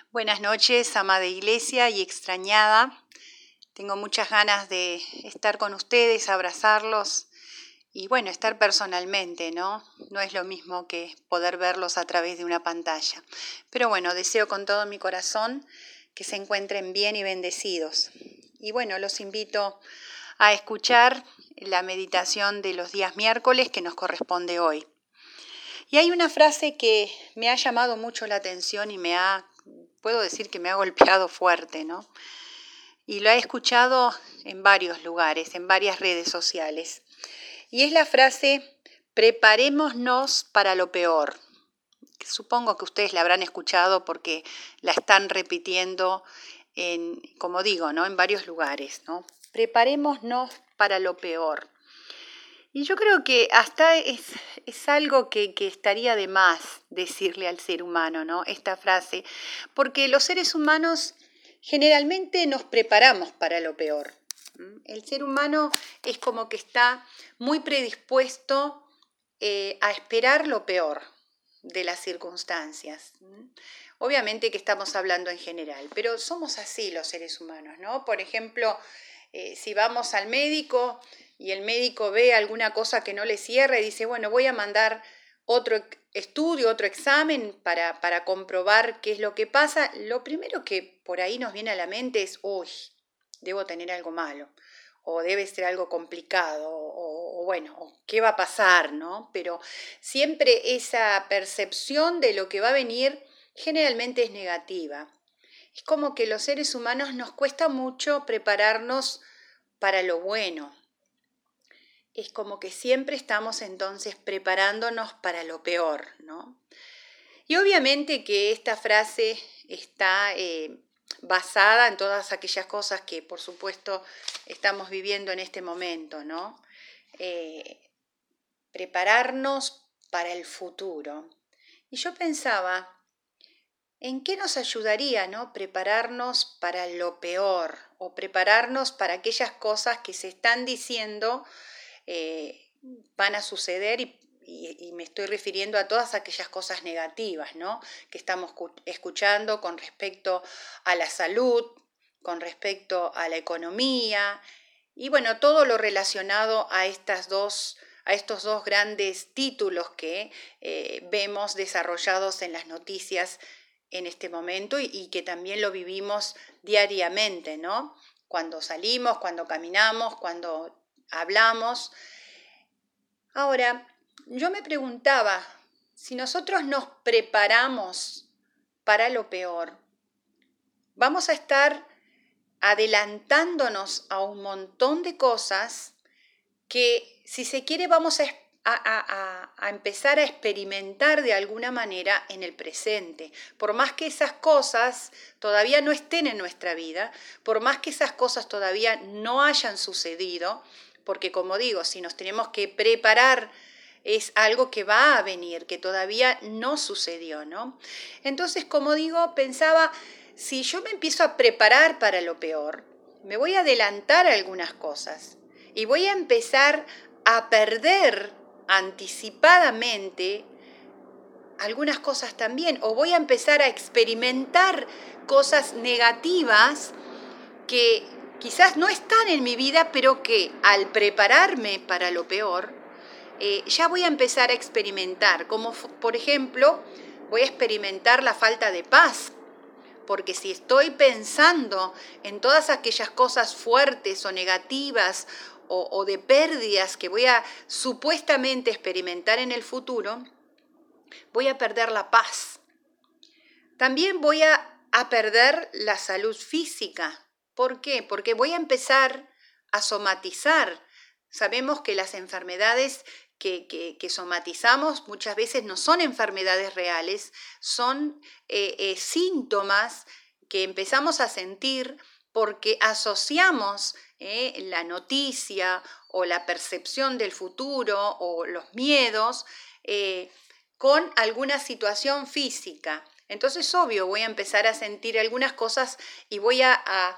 Buenas noches, ama de iglesia y extrañada. Tengo muchas ganas de estar con ustedes, abrazarlos y estar personalmente, ¿no? No es lo mismo que poder verlos a través de una pantalla. Pero deseo con todo mi corazón que se encuentren bien y bendecidos. Y los invito a escuchar la meditación de los días miércoles que nos corresponde hoy. Y hay una frase que me ha llamado mucho la atención y puedo decir que me ha golpeado fuerte, ¿no? Y lo he escuchado en varios lugares, en varias redes sociales. Y es la frase, preparémonos para lo peor. Supongo que ustedes la habrán escuchado porque la están repitiendo como digo, ¿no? En varios lugares, ¿no? Preparémonos para lo peor. Y yo creo que hasta es algo que estaría de más decirle al ser humano, ¿no? Esta frase, porque los seres humanos generalmente nos preparamos para lo peor. El ser humano es como que está muy predispuesto a esperar lo peor de las circunstancias. Obviamente que estamos hablando en general, pero somos así los seres humanos, ¿no? Por ejemplo, si vamos al médico y el médico ve alguna cosa que no le cierra y dice, voy a mandar otro estudio, otro examen para comprobar qué es lo que pasa, lo primero que por ahí nos viene a la mente es, debo tener algo malo, o debe ser algo complicado, o ¿qué va a pasar?, ¿no? Pero siempre esa percepción de lo que va a venir generalmente es negativa. Es como que los seres humanos nos cuesta mucho prepararnos para lo bueno. Es como que siempre estamos entonces preparándonos para lo peor, ¿no? Y obviamente que esta frase está basada en todas aquellas cosas que por supuesto estamos viviendo en este momento, ¿no? Prepararnos para el futuro. Y yo pensaba, ¿en qué nos ayudaría, ¿no? Prepararnos para lo peor o prepararnos para aquellas cosas que se están diciendo van a suceder y me estoy refiriendo a todas aquellas cosas negativas, ¿no? Que estamos escuchando con respecto a la salud, con respecto a la economía y todo lo relacionado a estos dos grandes títulos que vemos desarrollados en las noticias en este momento y que también lo vivimos diariamente, ¿no? Cuando salimos, cuando caminamos, cuando hablamos. Ahora, yo me preguntaba, si nosotros nos preparamos para lo peor, vamos a estar adelantándonos a un montón de cosas que, si se quiere, vamos a empezar a experimentar de alguna manera en el presente. Por más que esas cosas todavía no estén en nuestra vida, por más que esas cosas todavía no hayan sucedido, porque como digo, si nos tenemos que preparar es algo que va a venir, que todavía no sucedió, ¿no? Entonces, como digo, pensaba, si yo me empiezo a preparar para lo peor, me voy a adelantar a algunas cosas y voy a empezar a perder anticipadamente algunas cosas también, o voy a empezar a experimentar cosas negativas que quizás no están en mi vida, pero que al prepararme para lo peor, ya voy a empezar a experimentar, como por ejemplo, voy a experimentar la falta de paz, porque si estoy pensando en todas aquellas cosas fuertes o negativas o de pérdidas que voy a supuestamente experimentar en el futuro, voy a perder la paz. También voy a perder la salud física. ¿Por qué? Porque voy a empezar a somatizar. Sabemos que las enfermedades que somatizamos muchas veces no son enfermedades reales, son síntomas que empezamos a sentir porque asociamos la noticia o la percepción del futuro o los miedos con alguna situación física. Entonces, obvio, voy a empezar a sentir algunas cosas y voy a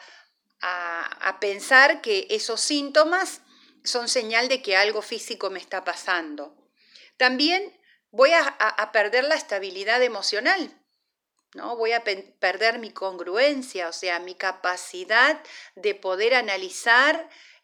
pensar que esos síntomas son señal de que algo físico me está pasando. También voy a perder la estabilidad emocional, ¿no? Voy a perder mi congruencia, o sea, mi capacidad de poder analizar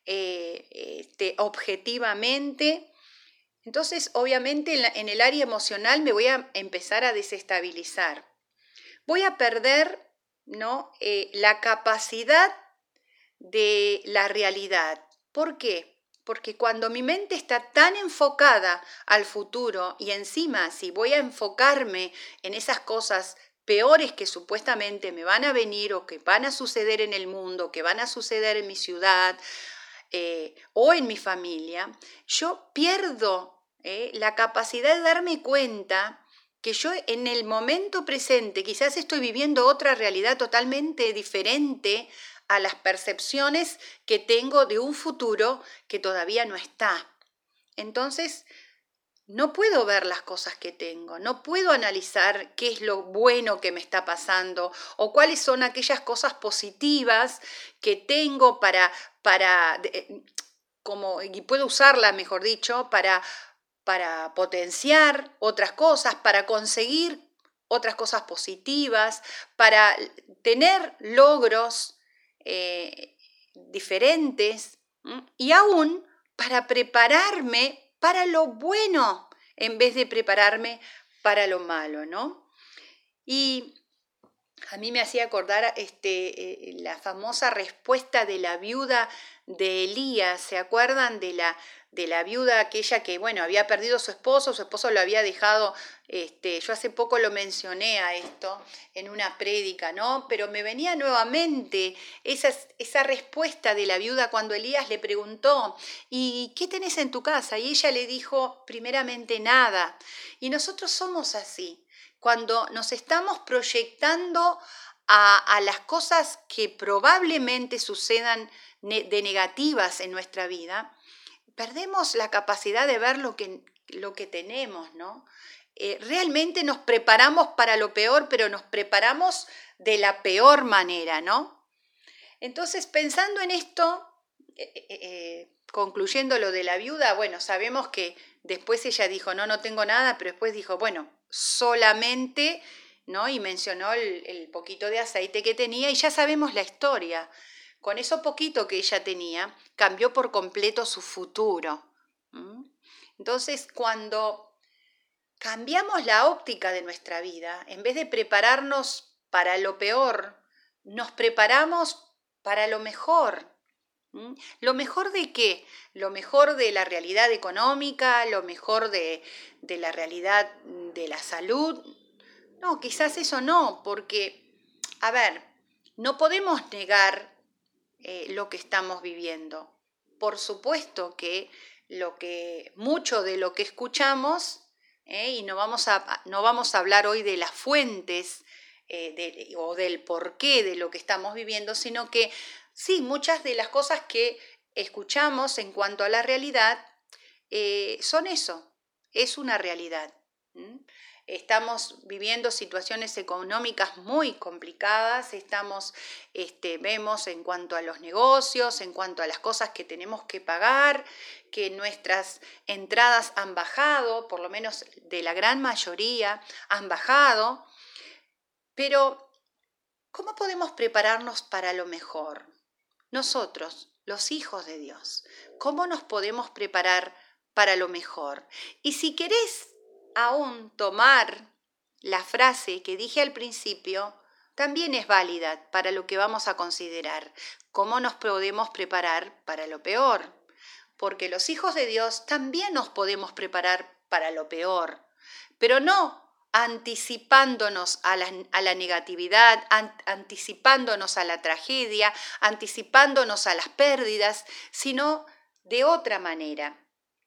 objetivamente. Entonces, obviamente, en el área emocional me voy a empezar a desestabilizar. Voy a perder, ¿no? La capacidad de la realidad. ¿Por qué? Porque cuando mi mente está tan enfocada al futuro y encima si voy a enfocarme en esas cosas peores que supuestamente me van a venir o que van a suceder en el mundo, que van a suceder en mi ciudad o en mi familia, yo pierdo la capacidad de darme cuenta que yo en el momento presente quizás estoy viviendo otra realidad totalmente diferente a las percepciones que tengo de un futuro que todavía no está. Entonces, no puedo ver las cosas que tengo, no puedo analizar qué es lo bueno que me está pasando o cuáles son aquellas cosas positivas que tengo y puedo usarlas, mejor dicho, para potenciar otras cosas, para conseguir otras cosas positivas, para tener logros diferentes y aún para prepararme para lo bueno en vez de prepararme para lo malo, ¿no? Y a mí me hacía acordar la famosa respuesta de la viuda de Elías. ¿Se acuerdan de la viuda aquella que, bueno, había perdido a su esposo lo había dejado, yo hace poco lo mencioné a esto en una prédica, ¿no? Pero me venía nuevamente esa respuesta de la viuda cuando Elías le preguntó, ¿y qué tenés en tu casa? Y ella le dijo, primeramente nada. Y nosotros somos así. Cuando nos estamos proyectando a las cosas que probablemente sucedan de negativas en nuestra vida, perdemos la capacidad de ver lo que tenemos, ¿no? Realmente nos preparamos para lo peor, pero nos preparamos de la peor manera, ¿no? Entonces, pensando en esto, concluyendo lo de la viuda, bueno, sabemos que después ella dijo, no tengo nada, pero después dijo, bueno, solamente, ¿no? Y mencionó el poquito de aceite que tenía y ya sabemos la historia. Con eso poquito que ella tenía, cambió por completo su futuro. Entonces, cuando cambiamos la óptica de nuestra vida, en vez de prepararnos para lo peor, nos preparamos para lo mejor. ¿Lo mejor de qué? Lo mejor de la realidad económica, lo mejor de la realidad de la salud. No, quizás eso no, porque, a ver, no podemos negar lo que estamos viviendo. Por supuesto que mucho de lo que escuchamos, y no vamos a hablar hoy de las fuentes o del porqué de lo que estamos viviendo, sino que sí, muchas de las cosas que escuchamos en cuanto a la realidad son eso, es una realidad. Estamos viviendo situaciones económicas muy complicadas, vemos en cuanto a los negocios, en cuanto a las cosas que tenemos que pagar, que nuestras entradas han bajado, por lo menos de la gran mayoría han bajado, pero ¿cómo podemos prepararnos para lo mejor? Nosotros, los hijos de Dios, ¿cómo nos podemos preparar para lo mejor? Y si querés aún tomar la frase que dije al principio, también es válida para lo que vamos a considerar. ¿Cómo nos podemos preparar para lo peor? Porque los hijos de Dios también nos podemos preparar para lo peor, pero no anticipándonos a la negatividad, anticipándonos a la tragedia, anticipándonos a las pérdidas, sino de otra manera.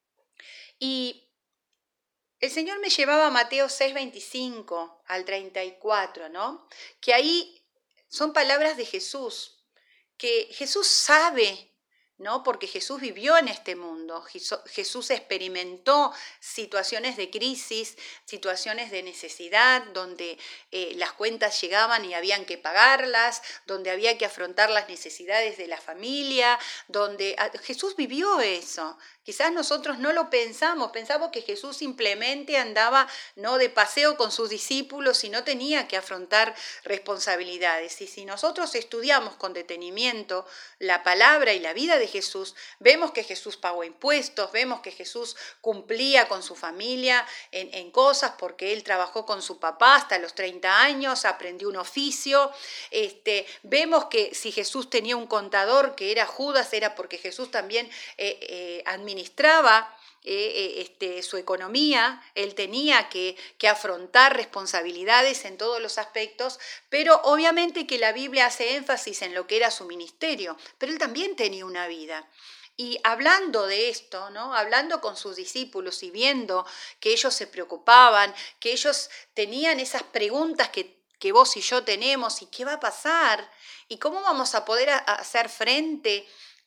Y el Señor me llevaba a Mateo 6:25 al 34, ¿no? Que ahí son palabras de Jesús, que Jesús sabe, ¿no? Porque Jesús vivió en este mundo, Jesús experimentó situaciones de crisis, situaciones de necesidad, donde las cuentas llegaban y habían que pagarlas, donde había que afrontar las necesidades de la familia, donde Jesús vivió eso. Quizás nosotros no lo pensamos que Jesús simplemente andaba no de paseo con sus discípulos y no tenía que afrontar responsabilidades. Y si nosotros estudiamos con detenimiento la palabra y la vida de Jesús, vemos que Jesús pagó impuestos, vemos que Jesús cumplía con su familia en cosas porque él trabajó con su papá hasta los 30 años, aprendió un oficio. Vemos que si Jesús tenía un contador que era Judas, era porque Jesús también administraba su economía, él tenía que afrontar responsabilidades en todos los aspectos, pero obviamente que la Biblia hace énfasis en lo que era su ministerio, pero él también tenía una vida. Y hablando de esto, ¿no? Hablando con sus discípulos y viendo que ellos se preocupaban, que ellos tenían esas preguntas que vos y yo tenemos, y qué va a pasar, y cómo vamos a poder hacer frente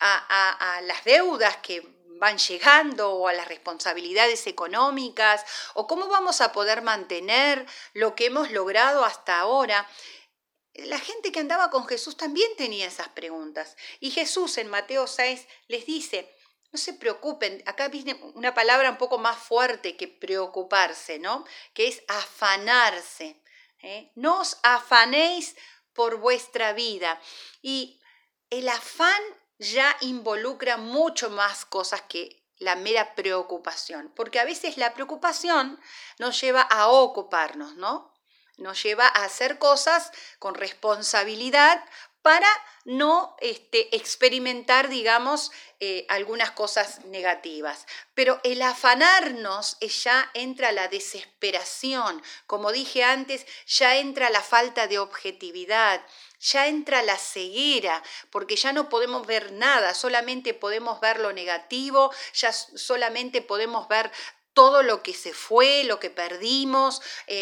a las deudas que van llegando o a las responsabilidades económicas, o cómo vamos a poder mantener lo que hemos logrado hasta ahora. La gente que andaba con Jesús también tenía esas preguntas. Y Jesús en Mateo 6 les dice, no se preocupen, acá viene una palabra un poco más fuerte que preocuparse, ¿no? Que es afanarse. No os afanéis por vuestra vida. Y el afán ya involucra mucho más cosas que la mera preocupación, porque a veces la preocupación nos lleva a ocuparnos, ¿no? Nos lleva a hacer cosas con responsabilidad para no experimentar, digamos, algunas cosas negativas. Pero el afanarnos ya entra la desesperación, como dije antes, ya entra la falta de objetividad, ya entra la ceguera, porque ya no podemos ver nada, solamente podemos ver lo negativo, ya solamente podemos ver todo lo que se fue, lo que perdimos,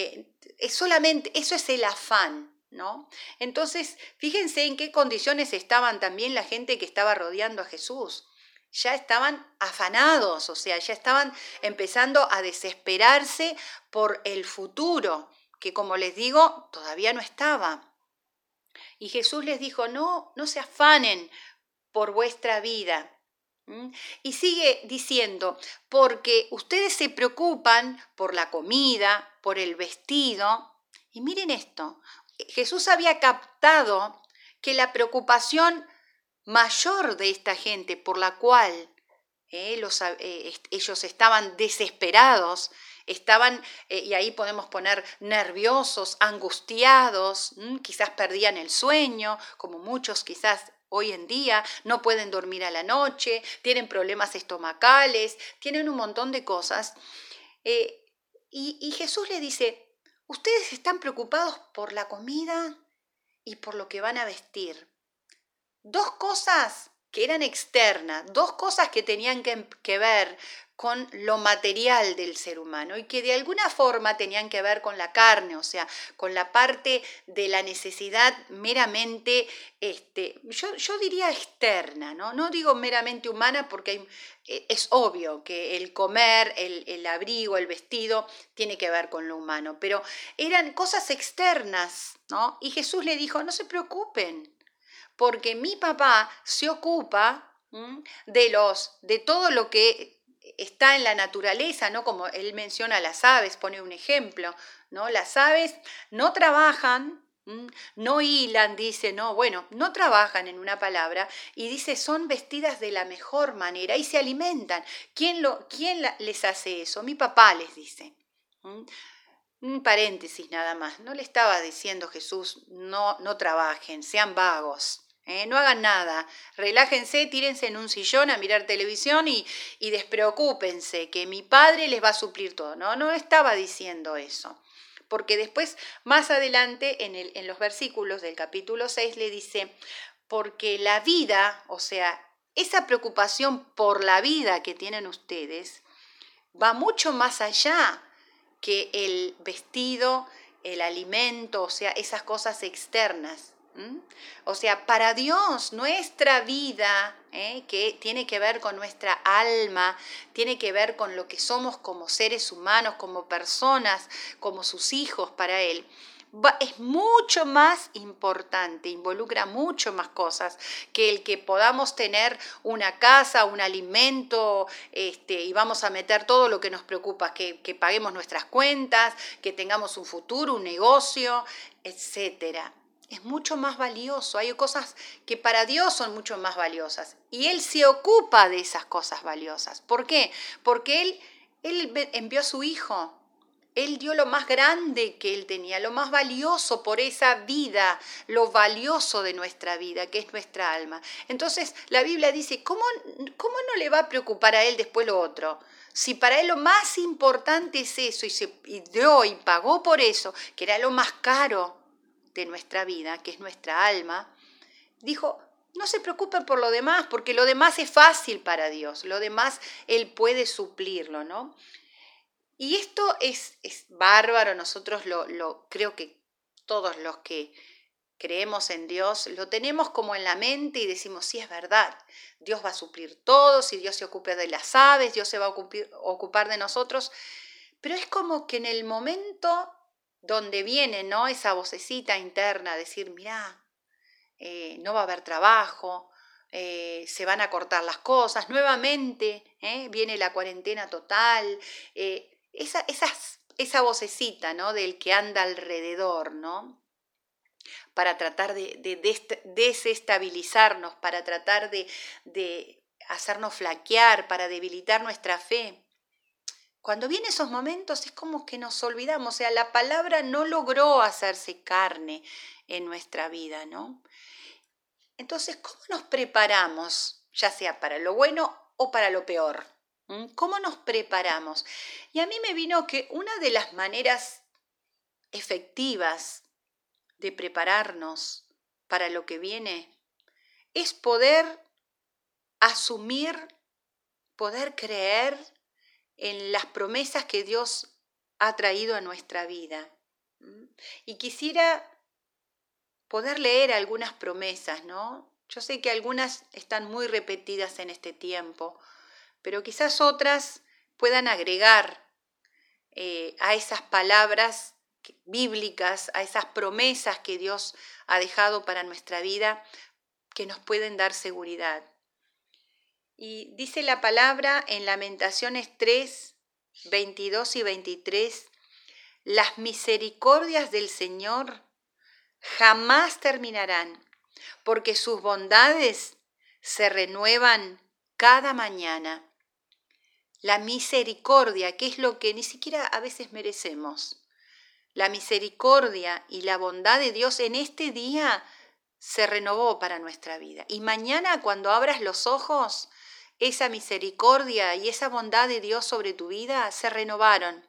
es solamente, eso es el afán, ¿no? Entonces, fíjense en qué condiciones estaban también la gente que estaba rodeando a Jesús. Ya estaban afanados, o sea, ya estaban empezando a desesperarse por el futuro, que como les digo, todavía no estaba. Y Jesús les dijo, no se afanen por vuestra vida. Y sigue diciendo, porque ustedes se preocupan por la comida, por el vestido. Y miren esto, Jesús había captado que la preocupación mayor de esta gente por la cual ellos estaban desesperados, estaban, y ahí podemos poner nerviosos, angustiados, quizás perdían el sueño, como muchos quizás hoy en día no pueden dormir a la noche, tienen problemas estomacales, tienen un montón de cosas. Y Jesús le dice, ustedes están preocupados por la comida y por lo que van a vestir. Dos cosas que eran externas, dos cosas que tenían que ver con lo material del ser humano y que de alguna forma tenían que ver con la carne, o sea, con la parte de la necesidad meramente, yo diría externa, ¿no? No digo meramente humana porque es obvio que el comer, el abrigo, el vestido tiene que ver con lo humano, pero eran cosas externas, ¿no? Y Jesús le dijo, no se preocupen, porque mi papá se ocupa de todo lo que está en la naturaleza, ¿no? Como él menciona las aves, pone un ejemplo, ¿no? Las aves no trabajan, no hilan, dice, no, bueno, no trabajan en una palabra, y dice, son vestidas de la mejor manera y se alimentan. ¿Quién les hace eso? Mi papá les dice. Un paréntesis nada más, no le estaba diciendo Jesús, no trabajen, sean vagos. No hagan nada, relájense, tírense en un sillón a mirar televisión y despreocúpense, que mi padre les va a suplir todo. No estaba diciendo eso, porque después, más adelante, en los versículos del capítulo 6, le dice, porque la vida, o sea, esa preocupación por la vida que tienen ustedes, va mucho más allá que el vestido, el alimento, o sea, esas cosas externas. O sea, para Dios, nuestra vida, que tiene que ver con nuestra alma, tiene que ver con lo que somos como seres humanos, como personas, como sus hijos para Él. es mucho más importante, involucra mucho más cosas que el que podamos tener una casa, un alimento, y vamos a meter todo lo que nos preocupa, que paguemos nuestras cuentas, que tengamos un futuro, un negocio, etcétera. Es mucho más valioso. Hay cosas que para Dios son mucho más valiosas. Y Él se ocupa de esas cosas valiosas. ¿Por qué? Porque Él envió a su Hijo. Él dio lo más grande que Él tenía, lo más valioso por esa vida, lo valioso de nuestra vida, que es nuestra alma. Entonces la Biblia dice, ¿cómo no le va a preocupar a Él después lo otro? Si para Él lo más importante es eso y dio y pagó por eso, que era lo más caro de nuestra vida, que es nuestra alma, dijo, no se preocupen por lo demás, porque lo demás es fácil para Dios, lo demás Él puede suplirlo, ¿no? Y esto es bárbaro, nosotros creo que todos los que creemos en Dios lo tenemos como en la mente y decimos, sí, es verdad, Dios va a suplir todo, si Dios se ocupa de las aves, Dios se va a ocupar de nosotros, pero es como que en el momento donde viene, ¿no?, esa vocecita interna, decir, mirá, no va a haber trabajo, se van a cortar las cosas, nuevamente viene la cuarentena total, esa vocecita, ¿no?, del que anda alrededor, ¿no?, para tratar de desestabilizarnos, para tratar de hacernos flaquear, para debilitar nuestra fe. Cuando vienen esos momentos es como que nos olvidamos, o sea, la palabra no logró hacerse carne en nuestra vida, ¿no? Entonces, ¿cómo nos preparamos, ya sea para lo bueno o para lo peor? ¿Cómo nos preparamos? Y a mí me vino que una de las maneras efectivas de prepararnos para lo que viene es poder asumir, poder creer en las promesas que Dios ha traído a nuestra vida. Y quisiera poder leer algunas promesas, ¿no? Yo sé que algunas están muy repetidas en este tiempo, pero quizás otras puedan agregar a esas palabras bíblicas, a esas promesas que Dios ha dejado para nuestra vida, que nos pueden dar seguridad. Y dice la palabra en Lamentaciones 3, 22 y 23, las misericordias del Señor jamás terminarán, porque sus bondades se renuevan cada mañana. La misericordia, que es lo que ni siquiera a veces merecemos. La misericordia y la bondad de Dios en este día se renovó para nuestra vida. Y mañana cuando abras los ojos, esa misericordia y esa bondad de Dios sobre tu vida se renovaron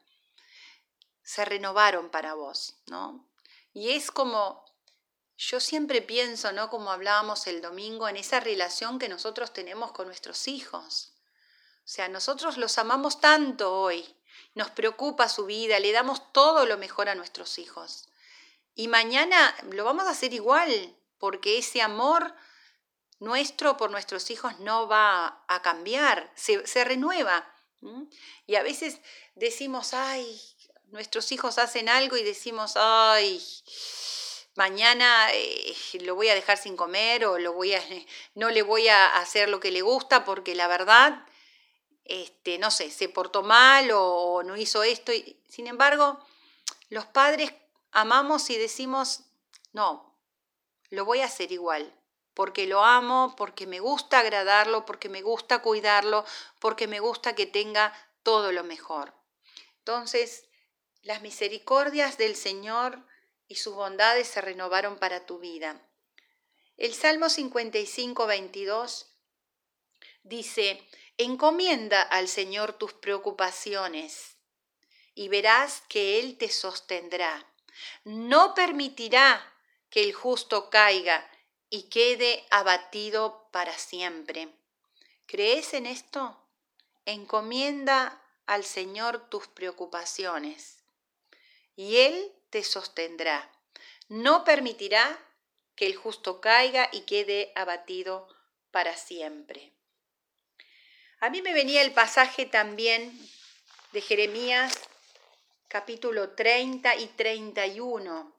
para vos, ¿no? Y es como, yo siempre pienso, ¿no?, como hablábamos el domingo, en esa relación que nosotros tenemos con nuestros hijos. O sea, nosotros los amamos tanto hoy, nos preocupa su vida, le damos todo lo mejor a nuestros hijos. Y mañana lo vamos a hacer igual, porque ese amor nuestro por nuestros hijos no va a cambiar, se renueva. Y a veces decimos, ay, nuestros hijos hacen algo y decimos, ay, mañana lo voy a dejar sin comer o no le voy a hacer lo que le gusta porque la verdad, no sé, se portó mal o no hizo esto. Sin embargo, los padres amamos y decimos, no, lo voy a hacer igual, porque lo amo, porque me gusta agradarlo, porque me gusta cuidarlo, porque me gusta que tenga todo lo mejor. Entonces, las misericordias del Señor y sus bondades se renovaron para tu vida. El Salmo 55, 22 dice, encomienda al Señor tus preocupaciones y verás que Él te sostendrá. No permitirá que el justo caiga y quede abatido para siempre. ¿Crees en esto? Encomienda al Señor tus preocupaciones y Él te sostendrá. No permitirá que el justo caiga y quede abatido para siempre. A mí me venía el pasaje también de Jeremías, capítulo 30 y 31,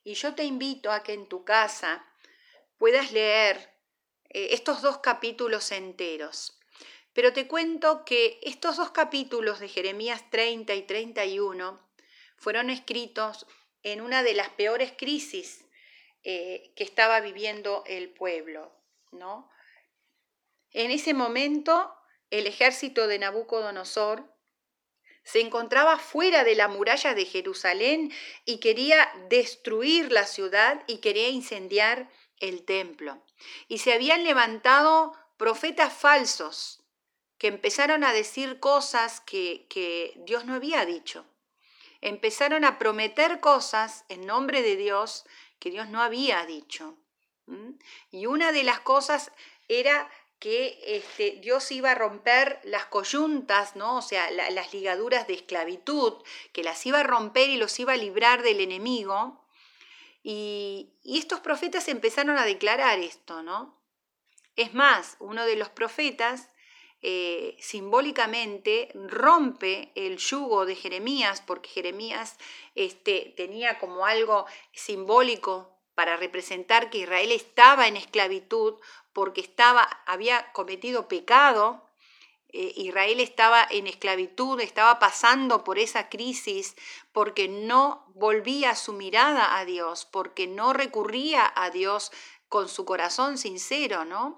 Y yo te invito a que en tu casa puedas leer estos 2 capítulos enteros. Pero te cuento que estos 2 capítulos de Jeremías 30 y 31 fueron escritos en una de las peores crisis que estaba viviendo el pueblo, ¿no? En ese momento, el ejército de Nabucodonosor se encontraba fuera de la muralla de Jerusalén y quería destruir la ciudad y quería incendiar el templo. Y se habían levantado profetas falsos que empezaron a decir cosas que Dios no había dicho. Empezaron a prometer cosas en nombre de Dios que Dios no había dicho. Y una de las cosas era que Dios iba a romper las coyuntas, ¿no? O sea, las ligaduras de esclavitud, que las iba a romper y los iba a librar del enemigo. Y estos profetas empezaron a declarar esto, ¿no? Es más, uno de los profetas simbólicamente rompe el yugo de Jeremías, porque Jeremías tenía como algo simbólico para representar que Israel estaba en esclavitud porque había cometido pecado. Israel estaba en esclavitud, estaba pasando por esa crisis porque no volvía su mirada a Dios, porque no recurría a Dios con su corazón sincero, ¿no?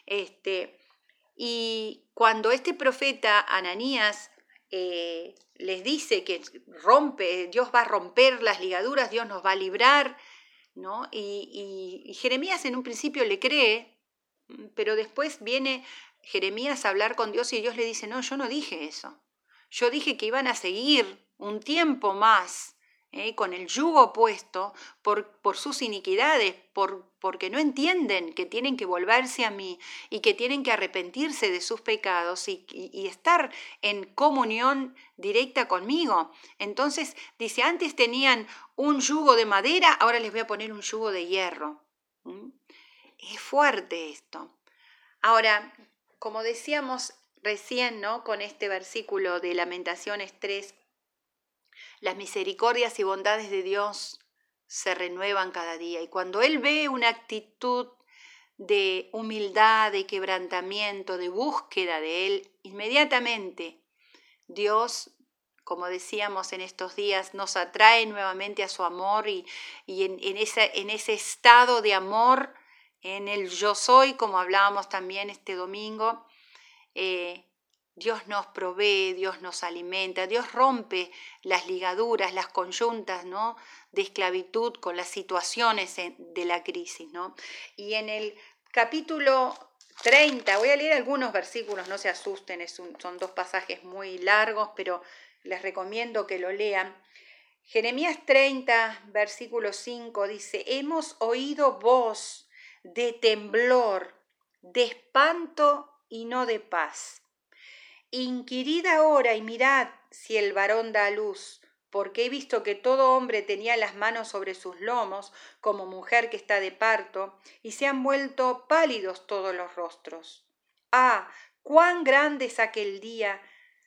Y cuando este profeta Ananías les dice que Dios va a romper las ligaduras, Dios nos va a librar, ¿no? Y Jeremías en un principio le cree, pero después viene Jeremías a hablar con Dios y Dios le dice, no, yo no dije eso. Yo dije que iban a seguir un tiempo más con el yugo puesto por sus iniquidades, porque no entienden que tienen que volverse a mí y que tienen que arrepentirse de sus pecados y estar en comunión directa conmigo. Entonces dice, antes tenían un yugo de madera, ahora les voy a poner un yugo de hierro. Es fuerte esto. Ahora, como decíamos recién, ¿no? Con este versículo de Lamentaciones 3, las misericordias y bondades de Dios se renuevan cada día. Y cuando Él ve una actitud de humildad, de quebrantamiento, de búsqueda de Él, inmediatamente Dios, como decíamos en estos días, nos atrae nuevamente a su amor y en ese estado de amor, en el yo soy, como hablábamos también este domingo, Dios nos provee, Dios nos alimenta, Dios rompe las ligaduras, las coyuntas, ¿no? de esclavitud con las situaciones de la crisis, ¿no? Y en el capítulo 30, voy a leer algunos versículos, no se asusten, son 2 pasajes muy largos, pero les recomiendo que lo lean. Jeremías 30, versículo 5 dice, hemos oído voz de temblor, de espanto y no de paz. Inquirid ahora y mirad si el varón da a luz, porque he visto que todo hombre tenía las manos sobre sus lomos, como mujer que está de parto, y se han vuelto pálidos todos los rostros. ¡Ah! ¡Cuán grande es aquel día!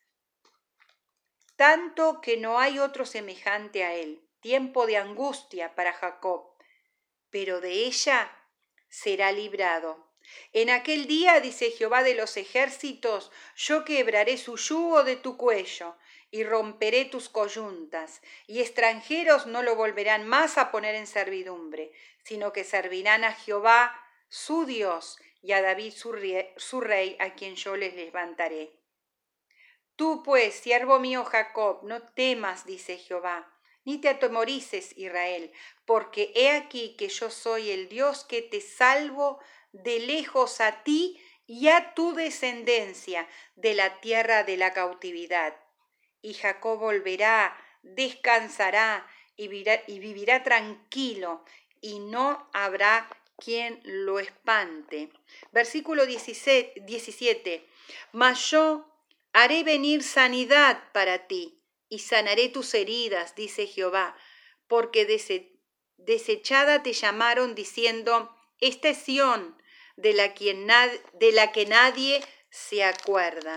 Tanto que no hay otro semejante a él, tiempo de angustia para Jacob, pero de ella será librado. En aquel día, dice Jehová de los ejércitos, yo quebraré su yugo de tu cuello y romperé tus coyuntas, y extranjeros no lo volverán más a poner en servidumbre, sino que servirán a Jehová su Dios y a David su rey, a quien yo les levantaré. Tú pues, siervo mío Jacob, no temas, dice Jehová, ni te atemorices, Israel, porque he aquí que yo soy el Dios que te salvo de lejos a ti y a tu descendencia de la tierra de la cautividad. Y Jacob volverá, descansará y vivirá tranquilo, y no habrá quien lo espante. Versículo 17. Mas yo haré venir sanidad para ti, y sanaré tus heridas, dice Jehová, porque desechada te llamaron diciendo, esta es Sión, de la que nadie se acuerda.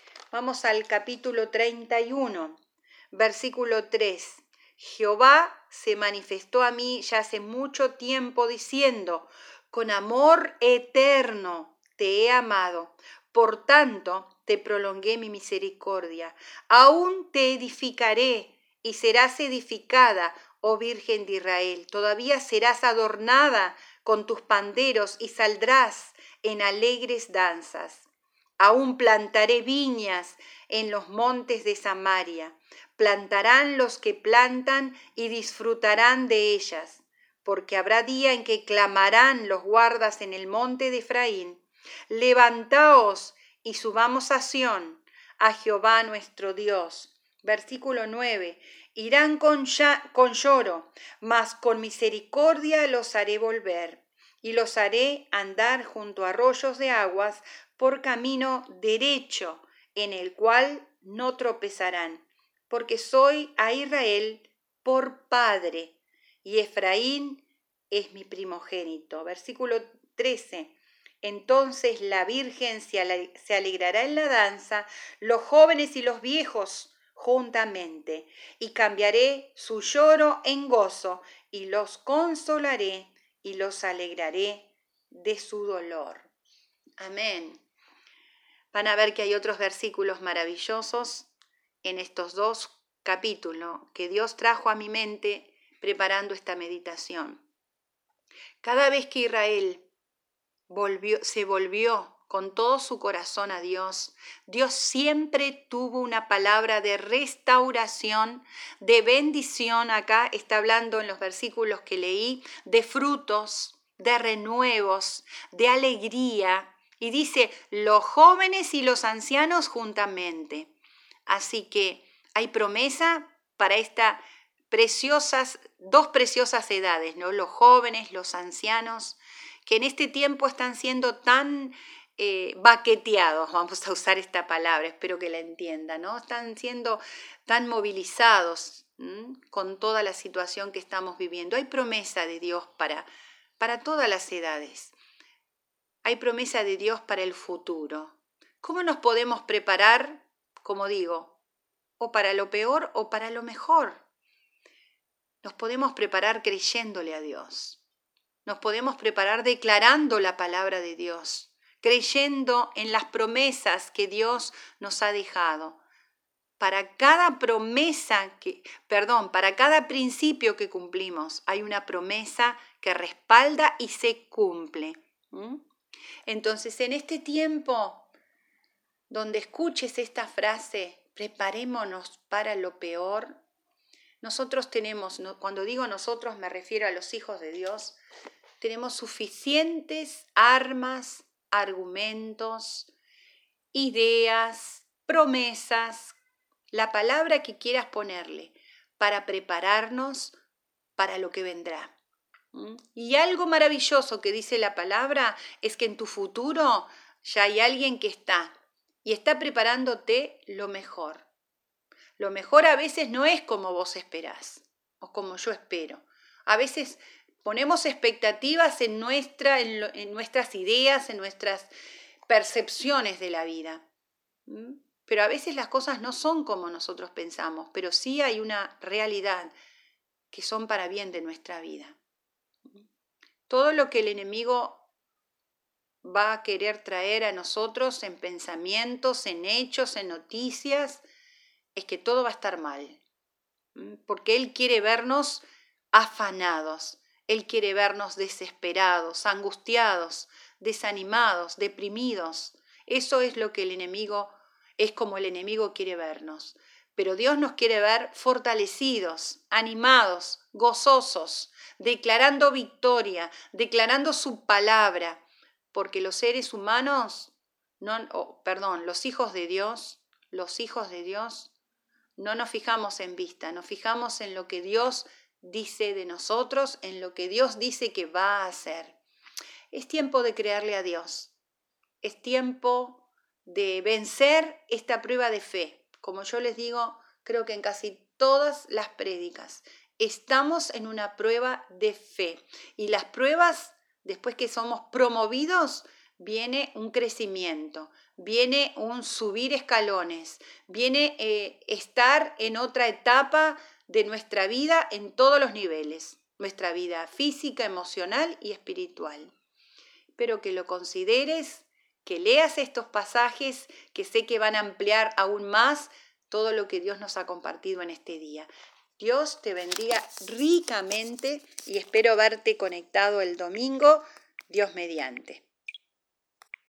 Vamos al capítulo 31, versículo 3. Jehová se manifestó a mí ya hace mucho tiempo diciendo, con amor eterno te he amado. Por tanto, te prolongué mi misericordia. Aún te edificaré y serás edificada, oh Virgen de Israel. Todavía serás adornada con tus panderos y saldrás en alegres danzas. Aún plantaré viñas en los montes de Samaria. Plantarán los que plantan y disfrutarán de ellas, porque habrá día en que clamarán los guardas en el monte de Efraín. Levantaos y subamos a Sión, a Jehová nuestro Dios. Versículo 9. Irán con lloro, mas con misericordia los haré volver, y los haré andar junto a arroyos de aguas por camino derecho, en el cual no tropezarán, porque soy a Israel por padre, y Efraín es mi primogénito. Versículo 13. Entonces la Virgen se alegrará en la danza, los jóvenes y los viejos juntamente, y cambiaré su lloro en gozo, y los consolaré y los alegraré de su dolor. Amén. Van a ver que hay otros versículos maravillosos en estos dos capítulos que Dios trajo a mi mente preparando esta meditación. Cada vez que Israel se volvió con todo su corazón a Dios, Dios siempre tuvo una palabra de restauración, de bendición. Acá está hablando en los versículos que leí, de frutos, de renuevos, de alegría. Y dice, los jóvenes y los ancianos juntamente. Así que hay promesa para estas dos preciosas edades, ¿no? Los jóvenes, los ancianos, que en este tiempo están siendo tan baqueteados, vamos a usar esta palabra, espero que la entiendan, ¿no? Están siendo tan movilizados con toda la situación que estamos viviendo. Hay promesa de Dios para todas las edades. Hay promesa de Dios para el futuro. ¿Cómo nos podemos preparar, como digo, o para lo peor o para lo mejor? Nos podemos preparar creyéndole a Dios. Nos podemos preparar declarando la palabra de Dios, creyendo en las promesas que Dios nos ha dejado. Para cada para cada principio que cumplimos, hay una promesa que respalda y se cumple. Entonces, en este tiempo donde escuches esta frase, preparémonos para lo peor, nosotros tenemos, cuando digo nosotros me refiero a los hijos de Dios, tenemos suficientes armas, argumentos, ideas, promesas, la palabra que quieras ponerle para prepararnos para lo que vendrá. Y algo maravilloso que dice la palabra es que en tu futuro ya hay alguien que está preparándote lo mejor. Lo mejor a veces no es como vos esperás o como yo espero. A veces ponemos expectativas en nuestras ideas, en nuestras percepciones de la vida. Pero a veces las cosas no son como nosotros pensamos, pero sí hay una realidad que son para bien de nuestra vida. Todo lo que el enemigo va a querer traer a nosotros en pensamientos, en hechos, en noticias, es que todo va a estar mal. Porque él quiere vernos afanados, él quiere vernos desesperados, angustiados, desanimados, deprimidos. Eso es lo que es como el enemigo quiere vernos. Pero Dios nos quiere ver fortalecidos, animados, gozosos, declarando victoria, declarando su palabra, porque los seres humanos, los hijos de Dios, no nos fijamos en vista, nos fijamos en lo que Dios dice de nosotros, en lo que Dios dice que va a hacer. Es tiempo de creerle a Dios, es tiempo de vencer esta prueba de fe. Como yo les digo, creo que en casi todas las prédicas estamos en una prueba de fe. Y las pruebas, después que somos promovidos, viene un crecimiento, viene un subir escalones, viene estar en otra etapa de nuestra vida en todos los niveles, nuestra vida física, emocional y espiritual. Espero que lo consideres, que leas estos pasajes que sé que van a ampliar aún más todo lo que Dios nos ha compartido en este día. Dios te bendiga ricamente y espero verte conectado el domingo, Dios mediante.